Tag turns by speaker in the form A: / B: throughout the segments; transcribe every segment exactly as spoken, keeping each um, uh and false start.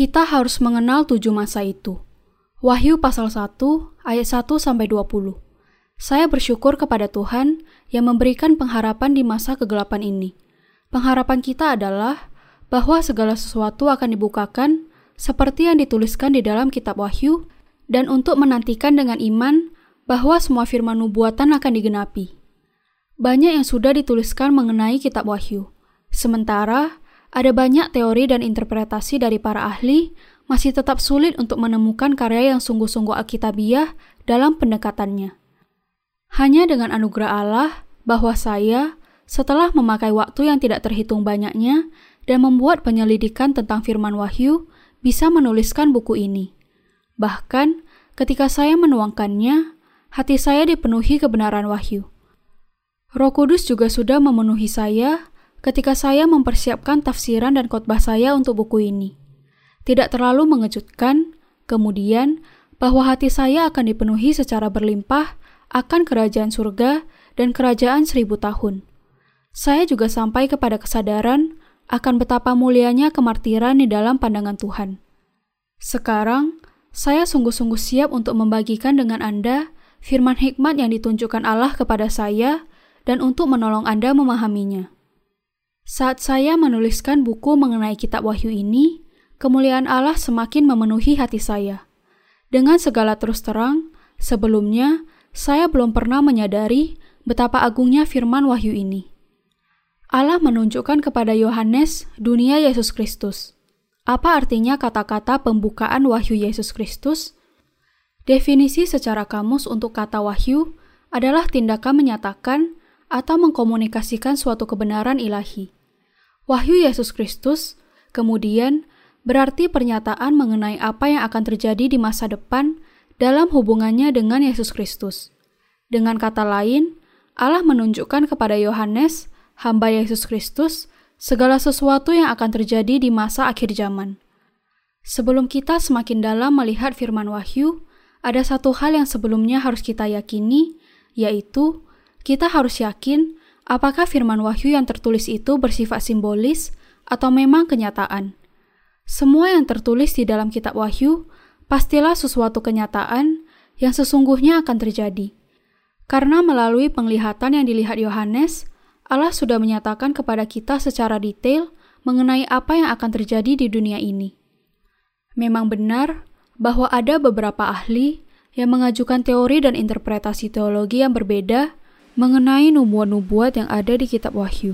A: Kita harus mengenal tujuh masa itu. Wahyu pasal satu ayat satu sampai dua puluh. Saya bersyukur kepada Tuhan yang memberikan pengharapan di masa kegelapan ini. Pengharapan kita adalah bahwa segala sesuatu akan dibukakan seperti yang dituliskan di dalam kitab Wahyu, dan untuk menantikan dengan iman bahwa semua firman nubuatan akan digenapi. Banyak yang sudah dituliskan mengenai kitab Wahyu. Sementara ada banyak teori dan interpretasi dari para ahli, masih tetap sulit untuk menemukan karya yang sungguh-sungguh alkitabiah dalam pendekatannya. Hanya dengan anugerah Allah bahwa saya, setelah memakai waktu yang tidak terhitung banyaknya dan membuat penyelidikan tentang firman Wahyu, bisa menuliskan buku ini. Bahkan, ketika saya menuangkannya, hati saya dipenuhi kebenaran Wahyu. Roh Kudus juga sudah memenuhi saya ketika saya mempersiapkan tafsiran dan khotbah saya untuk buku ini. Tidak terlalu mengejutkan, kemudian, bahwa hati saya akan dipenuhi secara berlimpah akan kerajaan surga dan kerajaan seribu tahun. Saya juga sampai kepada kesadaran akan betapa mulianya kemartiran di dalam pandangan Tuhan. Sekarang, saya sungguh-sungguh siap untuk membagikan dengan Anda firman hikmat yang ditunjukkan Allah kepada saya dan untuk menolong Anda memahaminya. Saat saya menuliskan buku mengenai kitab Wahyu ini, kemuliaan Allah semakin memenuhi hati saya. Dengan segala terus terang, sebelumnya saya belum pernah menyadari betapa agungnya firman Wahyu ini. Allah menunjukkan kepada Yohanes dunia Yesus Kristus. Apa artinya kata-kata pembukaan Wahyu Yesus Kristus? Definisi secara kamus untuk kata wahyu adalah tindakan menyatakan atau mengkomunikasikan suatu kebenaran ilahi. Wahyu Yesus Kristus, kemudian, berarti pernyataan mengenai apa yang akan terjadi di masa depan dalam hubungannya dengan Yesus Kristus. Dengan kata lain, Allah menunjukkan kepada Yohanes, hamba Yesus Kristus, segala sesuatu yang akan terjadi di masa akhir zaman. Sebelum kita semakin dalam melihat firman Wahyu, ada satu hal yang sebelumnya harus kita yakini, yaitu kita harus yakin apakah firman Wahyu yang tertulis itu bersifat simbolis atau memang kenyataan. Semua yang tertulis di dalam kitab Wahyu pastilah sesuatu kenyataan yang sesungguhnya akan terjadi. Karena melalui penglihatan yang dilihat Yohanes, Allah sudah menyatakan kepada kita secara detail mengenai apa yang akan terjadi di dunia ini. Memang benar bahwa ada beberapa ahli yang mengajukan teori dan interpretasi teologi yang berbeda mengenai nubuat-nubuat yang ada di kitab Wahyu.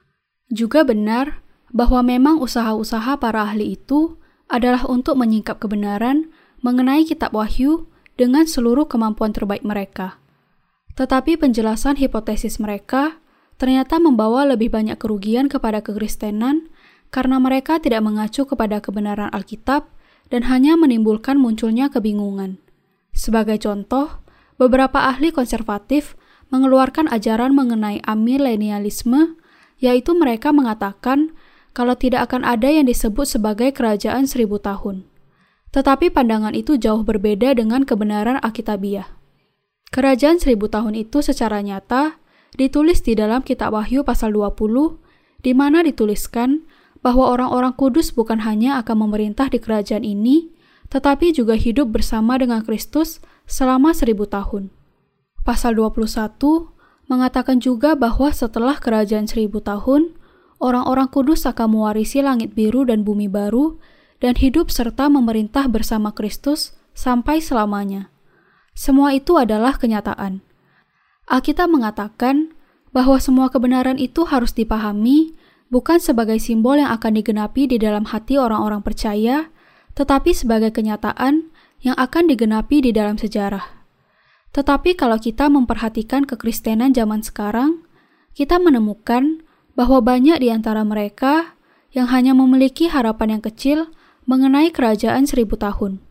A: Juga benar bahwa memang usaha-usaha para ahli itu adalah untuk menyingkap kebenaran mengenai kitab Wahyu dengan seluruh kemampuan terbaik mereka. Tetapi penjelasan hipotesis mereka ternyata membawa lebih banyak kerugian kepada kekristenan karena mereka tidak mengacu kepada kebenaran Alkitab dan hanya menimbulkan munculnya kebingungan. Sebagai contoh, beberapa ahli konservatif mengeluarkan ajaran mengenai amilenialisme, yaitu mereka mengatakan kalau tidak akan ada yang disebut sebagai kerajaan seribu tahun. Tetapi pandangan itu jauh berbeda dengan kebenaran Alkitabiah. Kerajaan seribu tahun itu secara nyata ditulis di dalam kitab Wahyu pasal dua puluh, di mana dituliskan bahwa orang-orang kudus bukan hanya akan memerintah di kerajaan ini, tetapi juga hidup bersama dengan Kristus selama seribu tahun. Pasal dua puluh satu mengatakan juga bahwa setelah kerajaan seribu tahun, orang-orang kudus akan mewarisi langit biru dan bumi baru, dan hidup serta memerintah bersama Kristus sampai selamanya. Semua itu adalah kenyataan. Alkitab mengatakan bahwa semua kebenaran itu harus dipahami bukan sebagai simbol yang akan digenapi di dalam hati orang-orang percaya, tetapi sebagai kenyataan yang akan digenapi di dalam sejarah. Tetapi kalau kita memperhatikan kekristenan zaman sekarang, kita menemukan bahwa banyak di antara mereka yang hanya memiliki harapan yang kecil mengenai kerajaan seribu tahun.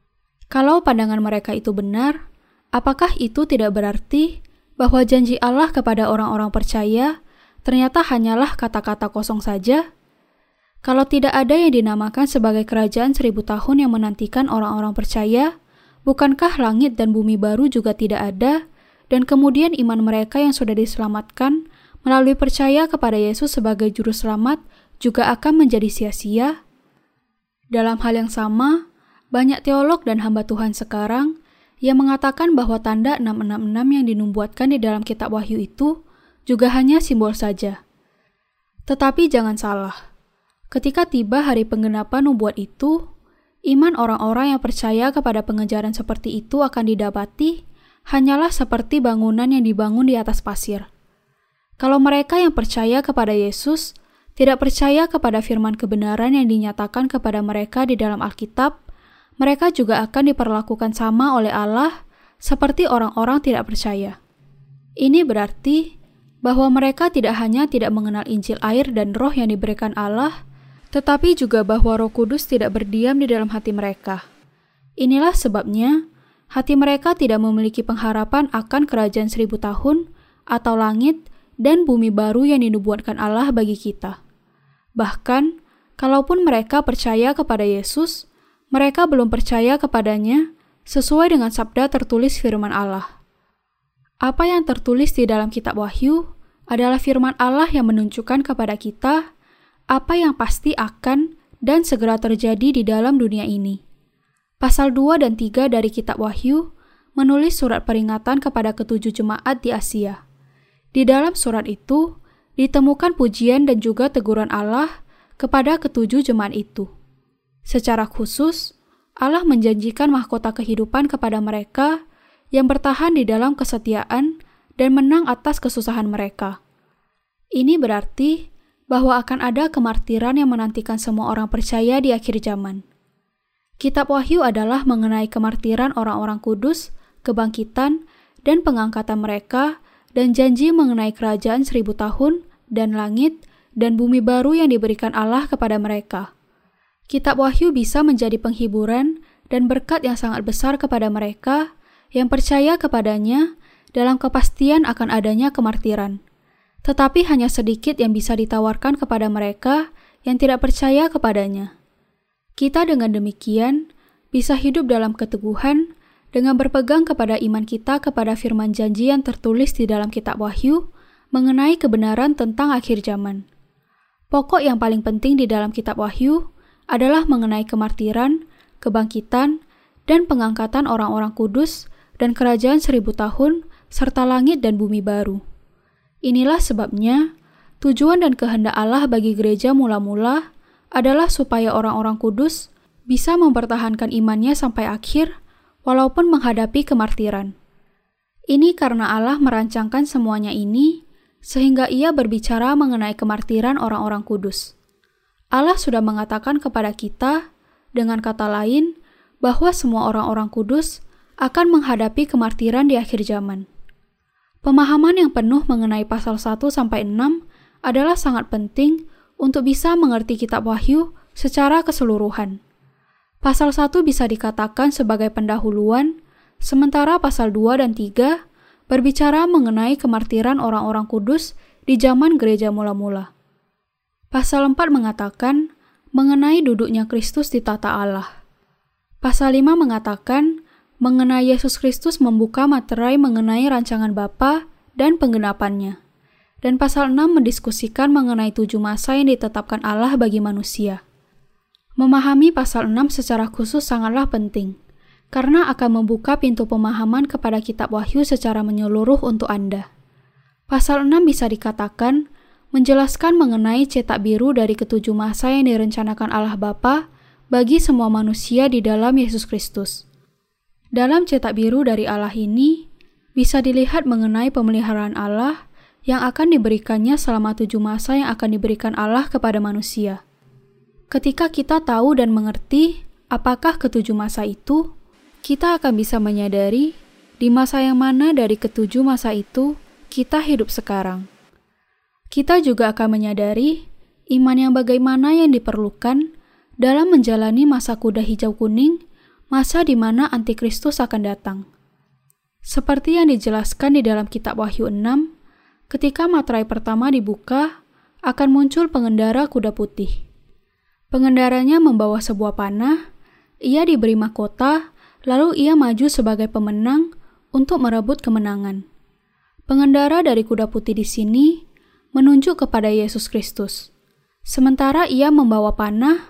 A: Kalau pandangan mereka itu benar, apakah itu tidak berarti bahwa janji Allah kepada orang-orang percaya ternyata hanyalah kata-kata kosong saja? Kalau tidak ada yang dinamakan sebagai kerajaan seribu tahun yang menantikan orang-orang percaya, bukankah langit dan bumi baru juga tidak ada, dan kemudian iman mereka yang sudah diselamatkan melalui percaya kepada Yesus sebagai juru selamat juga akan menjadi sia-sia? Dalam hal yang sama, banyak teolog dan hamba Tuhan sekarang yang mengatakan bahwa tanda enam enam enam yang dinubuatkan di dalam kitab Wahyu itu juga hanya simbol saja. Tetapi jangan salah, ketika tiba hari penggenapan nubuat itu, iman orang-orang yang percaya kepada pengejaran seperti itu akan didapati hanyalah seperti bangunan yang dibangun di atas pasir. Kalau mereka yang percaya kepada Yesus tidak percaya kepada firman kebenaran yang dinyatakan kepada mereka di dalam Alkitab, mereka juga akan diperlakukan sama oleh Allah seperti orang-orang tidak percaya. Ini berarti bahwa mereka tidak hanya tidak mengenal Injil air dan roh yang diberikan Allah, tetapi juga bahwa Roh Kudus tidak berdiam di dalam hati mereka. Inilah sebabnya hati mereka tidak memiliki pengharapan akan kerajaan seribu tahun atau langit dan bumi baru yang dinubuatkan Allah bagi kita. Bahkan, kalaupun mereka percaya kepada Yesus, mereka belum percaya kepadanya sesuai dengan sabda tertulis firman Allah. Apa yang tertulis di dalam kitab Wahyu adalah firman Allah yang menunjukkan kepada kita apa yang pasti akan dan segera terjadi di dalam dunia ini. Pasal dua dan tiga dari kitab Wahyu menulis surat peringatan kepada ketujuh jemaat di Asia. Di dalam surat itu, ditemukan pujian dan juga teguran Allah kepada ketujuh jemaat itu. Secara khusus, Allah menjanjikan mahkota kehidupan kepada mereka yang bertahan di dalam kesetiaan dan menang atas kesusahan mereka. Ini berarti bahwa akan ada kemartiran yang menantikan semua orang percaya di akhir zaman. Kitab Wahyu adalah mengenai kemartiran orang-orang kudus, kebangkitan, dan pengangkatan mereka, dan janji mengenai kerajaan seribu tahun, dan langit, dan bumi baru yang diberikan Allah kepada mereka. Kitab Wahyu bisa menjadi penghiburan dan berkat yang sangat besar kepada mereka yang percaya kepadanya dalam kepastian akan adanya kemartiran. Tetapi hanya sedikit yang bisa ditawarkan kepada mereka yang tidak percaya kepadanya. Kita dengan demikian bisa hidup dalam keteguhan dengan berpegang kepada iman kita kepada firman janji yang tertulis di dalam kitab Wahyu mengenai kebenaran tentang akhir zaman. Pokok yang paling penting di dalam kitab Wahyu adalah mengenai kemartiran, kebangkitan, dan pengangkatan orang-orang kudus dan kerajaan seribu tahun serta langit dan bumi baru. Inilah sebabnya tujuan dan kehendak Allah bagi gereja mula-mula adalah supaya orang-orang kudus bisa mempertahankan imannya sampai akhir walaupun menghadapi kemartiran. Ini karena Allah merancangkan semuanya ini sehingga ia berbicara mengenai kemartiran orang-orang kudus. Allah sudah mengatakan kepada kita, dengan kata lain, bahwa semua orang-orang kudus akan menghadapi kemartiran di akhir zaman. Pemahaman yang penuh mengenai pasal satu sampai enam adalah sangat penting untuk bisa mengerti kitab Wahyu secara keseluruhan. Pasal satu bisa dikatakan sebagai pendahuluan, sementara pasal dua dan tiga berbicara mengenai kemartiran orang-orang kudus di zaman gereja mula-mula. Pasal empat mengatakan mengenai duduknya Kristus di tata Allah. Pasal lima mengatakan mengenai Yesus Kristus membuka materai mengenai rancangan Bapa dan penggenapannya. Dan pasal enam mendiskusikan mengenai tujuh masa yang ditetapkan Allah bagi manusia. Memahami pasal enam secara khusus sangatlah penting, karena akan membuka pintu pemahaman kepada kitab Wahyu secara menyeluruh untuk Anda. Pasal enam bisa dikatakan menjelaskan mengenai cetak biru dari ketujuh masa yang direncanakan Allah Bapa bagi semua manusia di dalam Yesus Kristus. Dalam cetak biru dari Allah ini, bisa dilihat mengenai pemeliharaan Allah yang akan diberikannya selama tujuh masa yang akan diberikan Allah kepada manusia. Ketika kita tahu dan mengerti apakah ketujuh masa itu, kita akan bisa menyadari di masa yang mana dari ketujuh masa itu kita hidup sekarang. Kita juga akan menyadari iman yang bagaimana yang diperlukan dalam menjalani masa kuda hijau kuning, masa di mana antikristus akan datang. Seperti yang dijelaskan di dalam kitab Wahyu enam, ketika materai pertama dibuka, akan muncul pengendara kuda putih. Pengendaranya membawa sebuah panah, ia diberi mahkota, lalu ia maju sebagai pemenang untuk merebut kemenangan. Pengendara dari kuda putih di sini menunjuk kepada Yesus Kristus. Sementara ia membawa panah,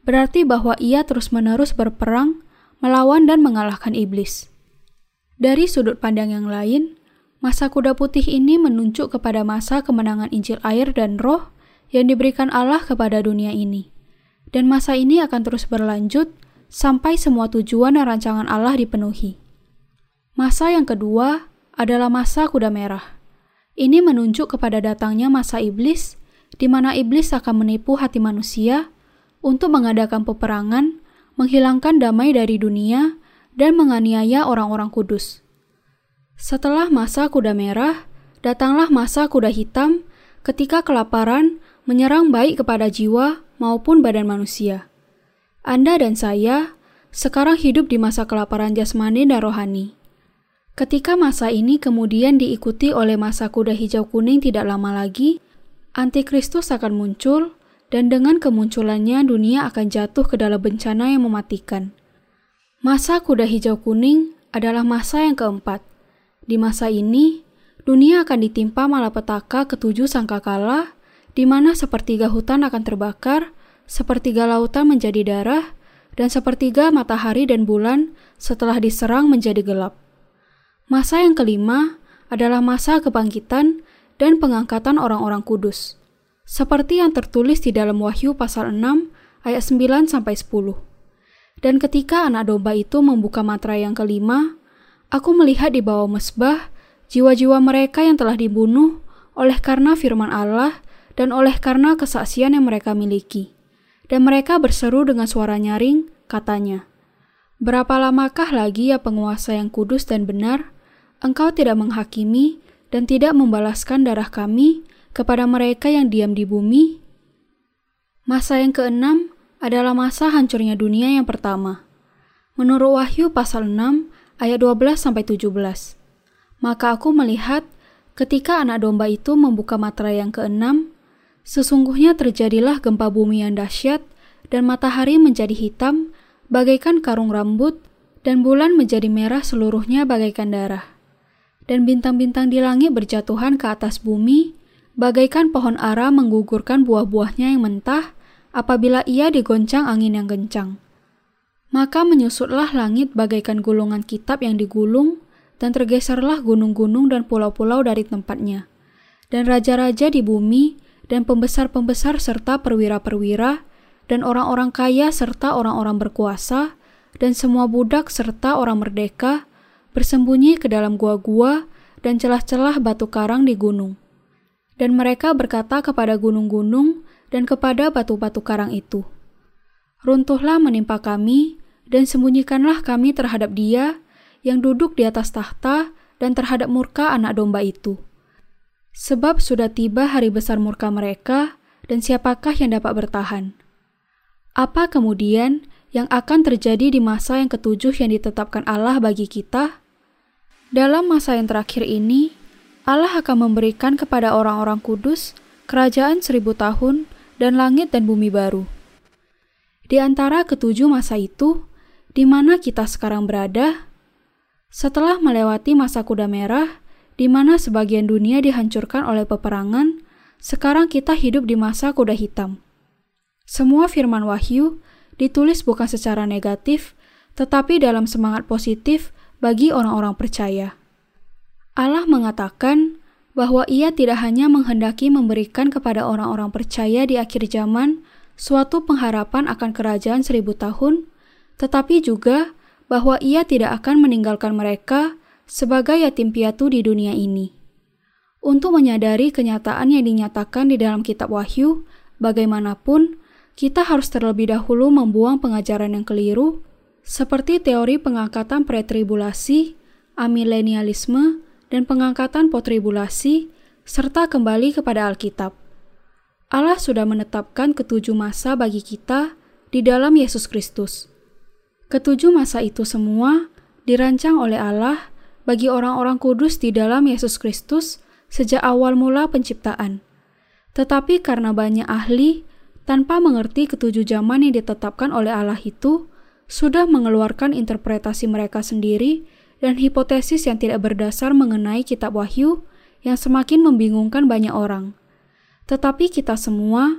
A: berarti bahwa ia terus-menerus berperang, melawan dan mengalahkan iblis. Dari sudut pandang yang lain, masa kuda putih ini menunjuk kepada masa kemenangan Injil air dan roh yang diberikan Allah kepada dunia ini. Dan masa ini akan terus berlanjut sampai semua tujuan dan rancangan Allah dipenuhi. Masa yang kedua adalah masa kuda merah. Ini menunjuk kepada datangnya masa iblis, di mana iblis akan menipu hati manusia untuk mengadakan peperangan, menghilangkan damai dari dunia, dan menganiaya orang-orang kudus. Setelah masa kuda merah, datanglah masa kuda hitam ketika kelaparan menyerang baik kepada jiwa maupun badan manusia. Anda dan saya sekarang hidup di masa kelaparan jasmani dan rohani. Ketika masa ini kemudian diikuti oleh masa kuda hijau kuning tidak lama lagi, Antikristus akan muncul, dan dengan kemunculannya dunia akan jatuh ke dalam bencana yang mematikan. Masa kuda hijau kuning adalah masa yang keempat. Di masa ini, dunia akan ditimpa malapetaka ketujuh sangkakala, di mana sepertiga hutan akan terbakar, sepertiga lautan menjadi darah, dan sepertiga matahari dan bulan setelah diserang menjadi gelap. Masa yang kelima adalah masa kebangkitan dan pengangkatan orang-orang kudus, seperti yang tertulis di dalam Wahyu pasal enam ayat sembilan sampai sepuluh. Dan ketika anak domba itu membuka materai yang kelima, aku melihat di bawah mezbah jiwa-jiwa mereka yang telah dibunuh oleh karena firman Allah dan oleh karena kesaksian yang mereka miliki. Dan mereka berseru dengan suara nyaring, katanya, "Berapa lamakah lagi ya penguasa yang kudus dan benar, engkau tidak menghakimi dan tidak membalaskan darah kami kepada mereka yang diam di bumi?" Masa yang keenam adalah masa hancurnya dunia yang pertama. Menurut Wahyu pasal enam ayat dua belas sampai tujuh belas. Maka aku melihat ketika anak domba itu membuka materai yang keenam, sesungguhnya terjadilah gempa bumi yang dahsyat dan matahari menjadi hitam bagaikan karung rambut dan bulan menjadi merah seluruhnya bagaikan darah. Dan bintang-bintang di langit berjatuhan ke atas bumi bagaikan pohon ara menggugurkan buah-buahnya yang mentah apabila ia digoncang angin yang kencang. Maka menyusutlah langit bagaikan gulungan kitab yang digulung, dan tergeserlah gunung-gunung dan pulau-pulau dari tempatnya. Dan raja-raja di bumi, dan pembesar-pembesar serta perwira-perwira, dan orang-orang kaya serta orang-orang berkuasa, dan semua budak serta orang merdeka, bersembunyi ke dalam gua-gua dan celah-celah batu karang di gunung. Dan mereka berkata kepada gunung-gunung dan kepada batu-batu karang itu, "Runtuhlah menimpa kami, dan sembunyikanlah kami terhadap Dia yang duduk di atas tahta dan terhadap murka anak domba itu. Sebab sudah tiba hari besar murka mereka, dan siapakah yang dapat bertahan?" Apa kemudian yang akan terjadi di masa yang ketujuh yang ditetapkan Allah bagi kita? Dalam masa yang terakhir ini, Allah akan memberikan kepada orang-orang kudus kerajaan seribu tahun dan langit dan bumi baru. Di antara ketujuh masa itu, di mana kita sekarang berada, setelah melewati masa kuda merah, di mana sebagian dunia dihancurkan oleh peperangan, sekarang kita hidup di masa kuda hitam. Semua firman Wahyu ditulis bukan secara negatif, tetapi dalam semangat positif bagi orang-orang percaya. Allah mengatakan bahwa Ia tidak hanya menghendaki memberikan kepada orang-orang percaya di akhir zaman suatu pengharapan akan kerajaan seribu tahun, tetapi juga bahwa Ia tidak akan meninggalkan mereka sebagai yatim piatu di dunia ini. Untuk menyadari kenyataan yang dinyatakan di dalam kitab Wahyu, bagaimanapun, kita harus terlebih dahulu membuang pengajaran yang keliru, seperti teori pengangkatan pretribulasi, amilenialisme, dan pengangkatan potribulasi, serta kembali kepada Alkitab. Allah sudah menetapkan ketujuh masa bagi kita di dalam Yesus Kristus. Ketujuh masa itu semua dirancang oleh Allah bagi orang-orang kudus di dalam Yesus Kristus sejak awal mula penciptaan. Tetapi karena banyak ahli, tanpa mengerti ketujuh zaman yang ditetapkan oleh Allah itu, sudah mengeluarkan interpretasi mereka sendiri dan hipotesis yang tidak berdasar mengenai kitab Wahyu yang semakin membingungkan banyak orang. Tetapi kita semua,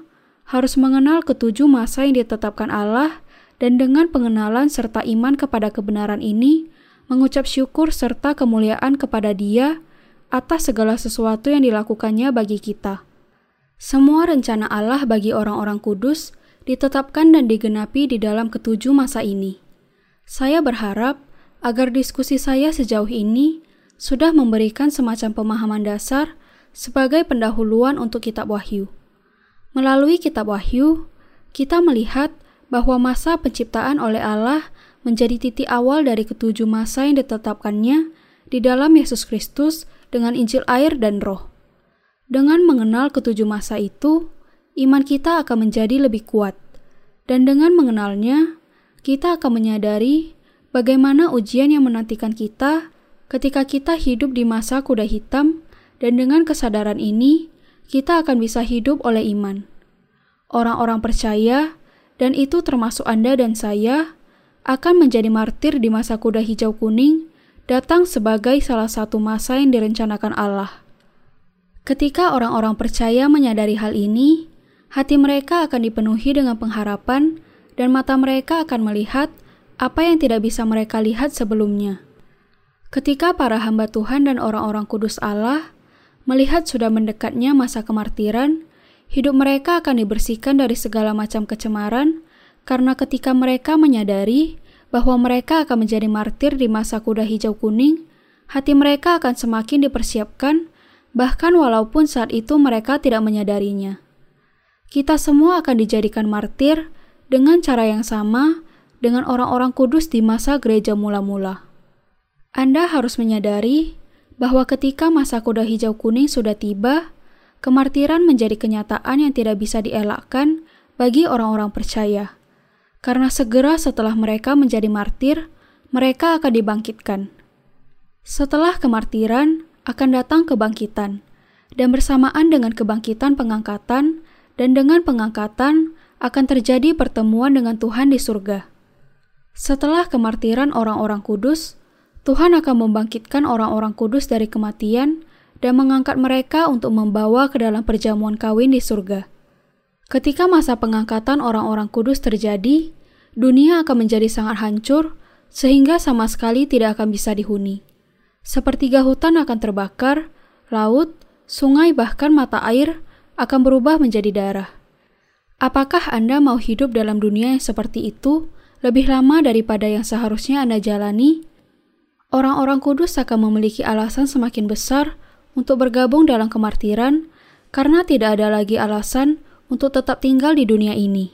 A: harus mengenal ketujuh masa yang ditetapkan Allah, dan dengan pengenalan serta iman kepada kebenaran ini, mengucap syukur serta kemuliaan kepada Dia atas segala sesuatu yang dilakukannya bagi kita. Semua rencana Allah bagi orang-orang kudus ditetapkan dan digenapi di dalam ketujuh masa ini. Saya berharap agar diskusi saya sejauh ini sudah memberikan semacam pemahaman dasar sebagai pendahuluan untuk kitab Wahyu. Melalui kitab Wahyu, kita melihat bahwa masa penciptaan oleh Allah menjadi titik awal dari ketujuh masa yang ditetapkannya di dalam Yesus Kristus dengan Injil air dan Roh. Dengan mengenal ketujuh masa itu, iman kita akan menjadi lebih kuat. Dan dengan mengenalnya, kita akan menyadari bagaimana ujian yang menantikan kita ketika kita hidup di masa kuda hitam, dan dengan kesadaran ini, kita akan bisa hidup oleh iman. Orang-orang percaya, dan itu termasuk Anda dan saya, akan menjadi martir di masa kuda hijau kuning, datang sebagai salah satu masa yang direncanakan Allah. Ketika orang-orang percaya menyadari hal ini, hati mereka akan dipenuhi dengan pengharapan, dan mata mereka akan melihat apa yang tidak bisa mereka lihat sebelumnya. Ketika para hamba Tuhan dan orang-orang kudus Allah melihat sudah mendekatnya masa kemartiran, hidup mereka akan dibersihkan dari segala macam kecemaran, karena ketika mereka menyadari bahwa mereka akan menjadi martir di masa kuda hijau kuning, hati mereka akan semakin dipersiapkan, bahkan walaupun saat itu mereka tidak menyadarinya. Kita semua akan dijadikan martir dengan cara yang sama dengan orang-orang kudus di masa gereja mula-mula. Anda harus menyadari bahwa ketika masa kuda hijau kuning sudah tiba, kemartiran menjadi kenyataan yang tidak bisa dielakkan bagi orang-orang percaya. Karena segera setelah mereka menjadi martir, mereka akan dibangkitkan. Setelah kemartiran, akan datang kebangkitan, dan bersamaan dengan kebangkitan pengangkatan, dan dengan pengangkatan akan terjadi pertemuan dengan Tuhan di surga. Setelah kemartiran orang-orang kudus, Tuhan akan membangkitkan orang-orang kudus dari kematian dan mengangkat mereka untuk membawa ke dalam perjamuan kawin di surga. Ketika masa pengangkatan orang-orang kudus terjadi, dunia akan menjadi sangat hancur sehingga sama sekali tidak akan bisa dihuni. Sepertiga hutan akan terbakar, laut, sungai bahkan mata air akan berubah menjadi darah. Apakah Anda mau hidup dalam dunia yang seperti itu lebih lama daripada yang seharusnya Anda jalani? Orang-orang kudus akan memiliki alasan semakin besar untuk bergabung dalam kemartiran karena tidak ada lagi alasan untuk tetap tinggal di dunia ini.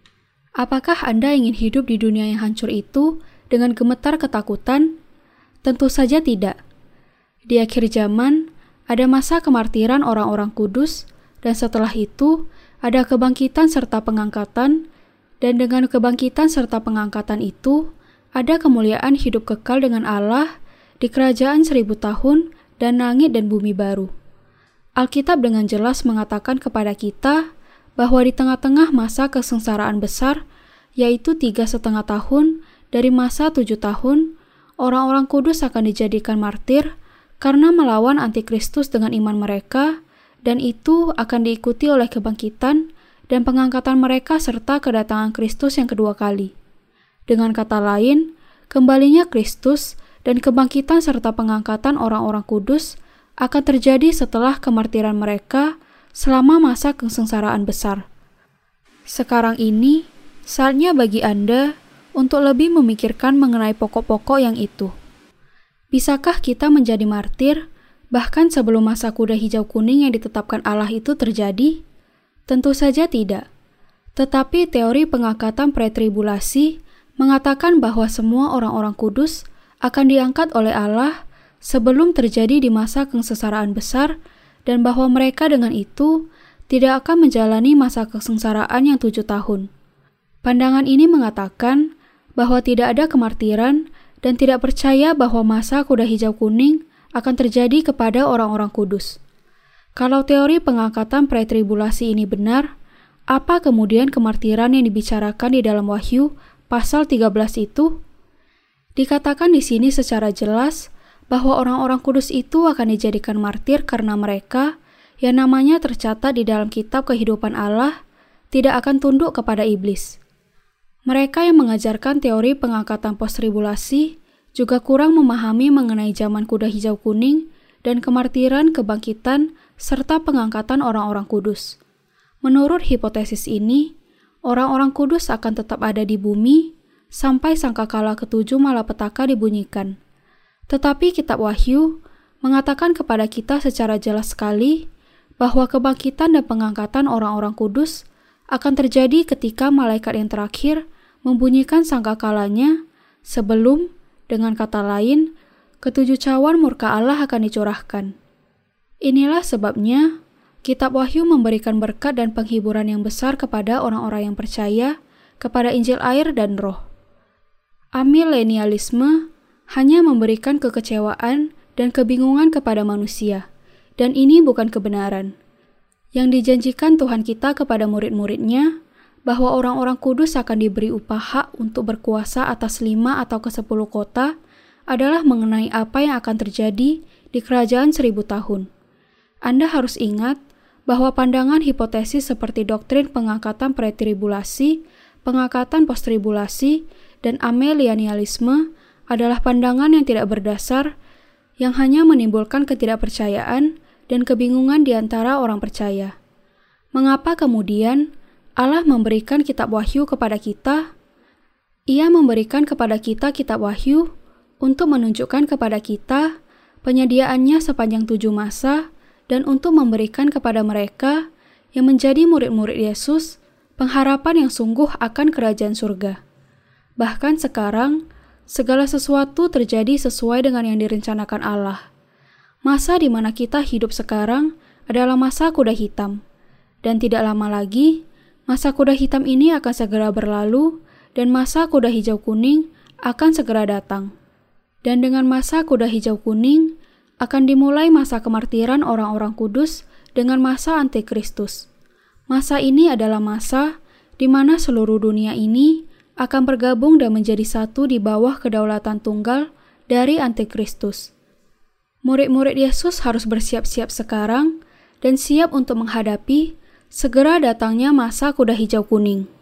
A: Apakah Anda ingin hidup di dunia yang hancur itu dengan gemetar ketakutan? Tentu saja tidak. Di akhir zaman, ada masa kemartiran orang-orang kudus, dan setelah itu ada kebangkitan serta pengangkatan, dan dengan kebangkitan serta pengangkatan itu, ada kemuliaan hidup kekal dengan Allah di kerajaan seribu tahun dan langit dan bumi baru. Alkitab dengan jelas mengatakan kepada kita bahwa di tengah-tengah masa kesengsaraan besar, yaitu tiga setengah tahun dari masa tujuh tahun, orang-orang kudus akan dijadikan martir karena melawan antikristus dengan iman mereka, dan itu akan diikuti oleh kebangkitan dan pengangkatan mereka serta kedatangan Kristus yang kedua kali. Dengan kata lain, kembalinya Kristus dan kebangkitan serta pengangkatan orang-orang kudus akan terjadi setelah kemartiran mereka selama masa kesengsaraan besar. Sekarang ini, saatnya bagi Anda untuk lebih memikirkan mengenai pokok-pokok yang itu. Bisakah kita menjadi martir bahkan sebelum masa kuda hijau kuning yang ditetapkan Allah itu terjadi? Tentu saja tidak. Tetapi teori pengangkatan pretribulasi mengatakan bahwa semua orang-orang kudus akan diangkat oleh Allah sebelum terjadi di masa kesengsaraan besar, dan bahwa mereka dengan itu tidak akan menjalani masa kesengsaraan yang tujuh tahun. Pandangan ini mengatakan bahwa tidak ada kemartiran dan tidak percaya bahwa masa kuda hijau kuning akan terjadi kepada orang-orang kudus. Kalau teori pengangkatan pretribulasi ini benar, apa kemudian kemartiran yang dibicarakan di dalam Wahyu pasal tiga belas itu? Dikatakan di sini secara jelas bahwa orang-orang kudus itu akan dijadikan martir karena mereka, yang namanya tercatat di dalam kitab kehidupan Allah, tidak akan tunduk kepada iblis. Mereka yang mengajarkan teori pengangkatan post-tribulasi juga kurang memahami mengenai zaman kuda hijau kuning dan kemartiran, kebangkitan, serta pengangkatan orang-orang kudus. Menurut hipotesis ini, orang-orang kudus akan tetap ada di bumi sampai sangkakala ketujuh malapetaka dibunyikan. Tetapi kitab Wahyu mengatakan kepada kita secara jelas sekali bahwa kebangkitan dan pengangkatan orang-orang kudus akan terjadi ketika malaikat yang terakhir membunyikan sangkakalanya sebelum, dengan kata lain, ketujuh cawan murka Allah akan dicurahkan. Inilah sebabnya kitab Wahyu memberikan berkat dan penghiburan yang besar kepada orang-orang yang percaya kepada Injil air dan Roh. Amilenialisme hanya memberikan kekecewaan dan kebingungan kepada manusia, dan ini bukan kebenaran. Yang dijanjikan Tuhan kita kepada murid-muridnya, bahwa orang-orang kudus akan diberi upah hak untuk berkuasa atas lima atau kesepuluh kota, adalah mengenai apa yang akan terjadi di kerajaan seribu tahun. Anda harus ingat bahwa pandangan hipotesis seperti doktrin pengangkatan pretribulasi, pengangkatan posttribulasi, dan amilenialisme adalah pandangan yang tidak berdasar, yang hanya menimbulkan ketidakpercayaan dan kebingungan di antara orang percaya. Mengapa kemudian Allah memberikan kitab Wahyu kepada kita? Ia memberikan kepada kita kitab Wahyu untuk menunjukkan kepada kita penyediaannya sepanjang tujuh masa dan untuk memberikan kepada mereka yang menjadi murid-murid Yesus pengharapan yang sungguh akan kerajaan surga. Bahkan sekarang, segala sesuatu terjadi sesuai dengan yang direncanakan Allah. Masa di mana kita hidup sekarang adalah masa kuda hitam. Dan tidak lama lagi, masa kuda hitam ini akan segera berlalu dan masa kuda hijau kuning akan segera datang. Dan dengan masa kuda hijau kuning, akan dimulai masa kemartiran orang-orang kudus dengan masa antikristus. Masa ini adalah masa di mana seluruh dunia ini akan bergabung dan menjadi satu di bawah kedaulatan tunggal dari antikristus. Murid-murid Yesus harus bersiap-siap sekarang dan siap untuk menghadapi segera datangnya masa kuda hijau kuning.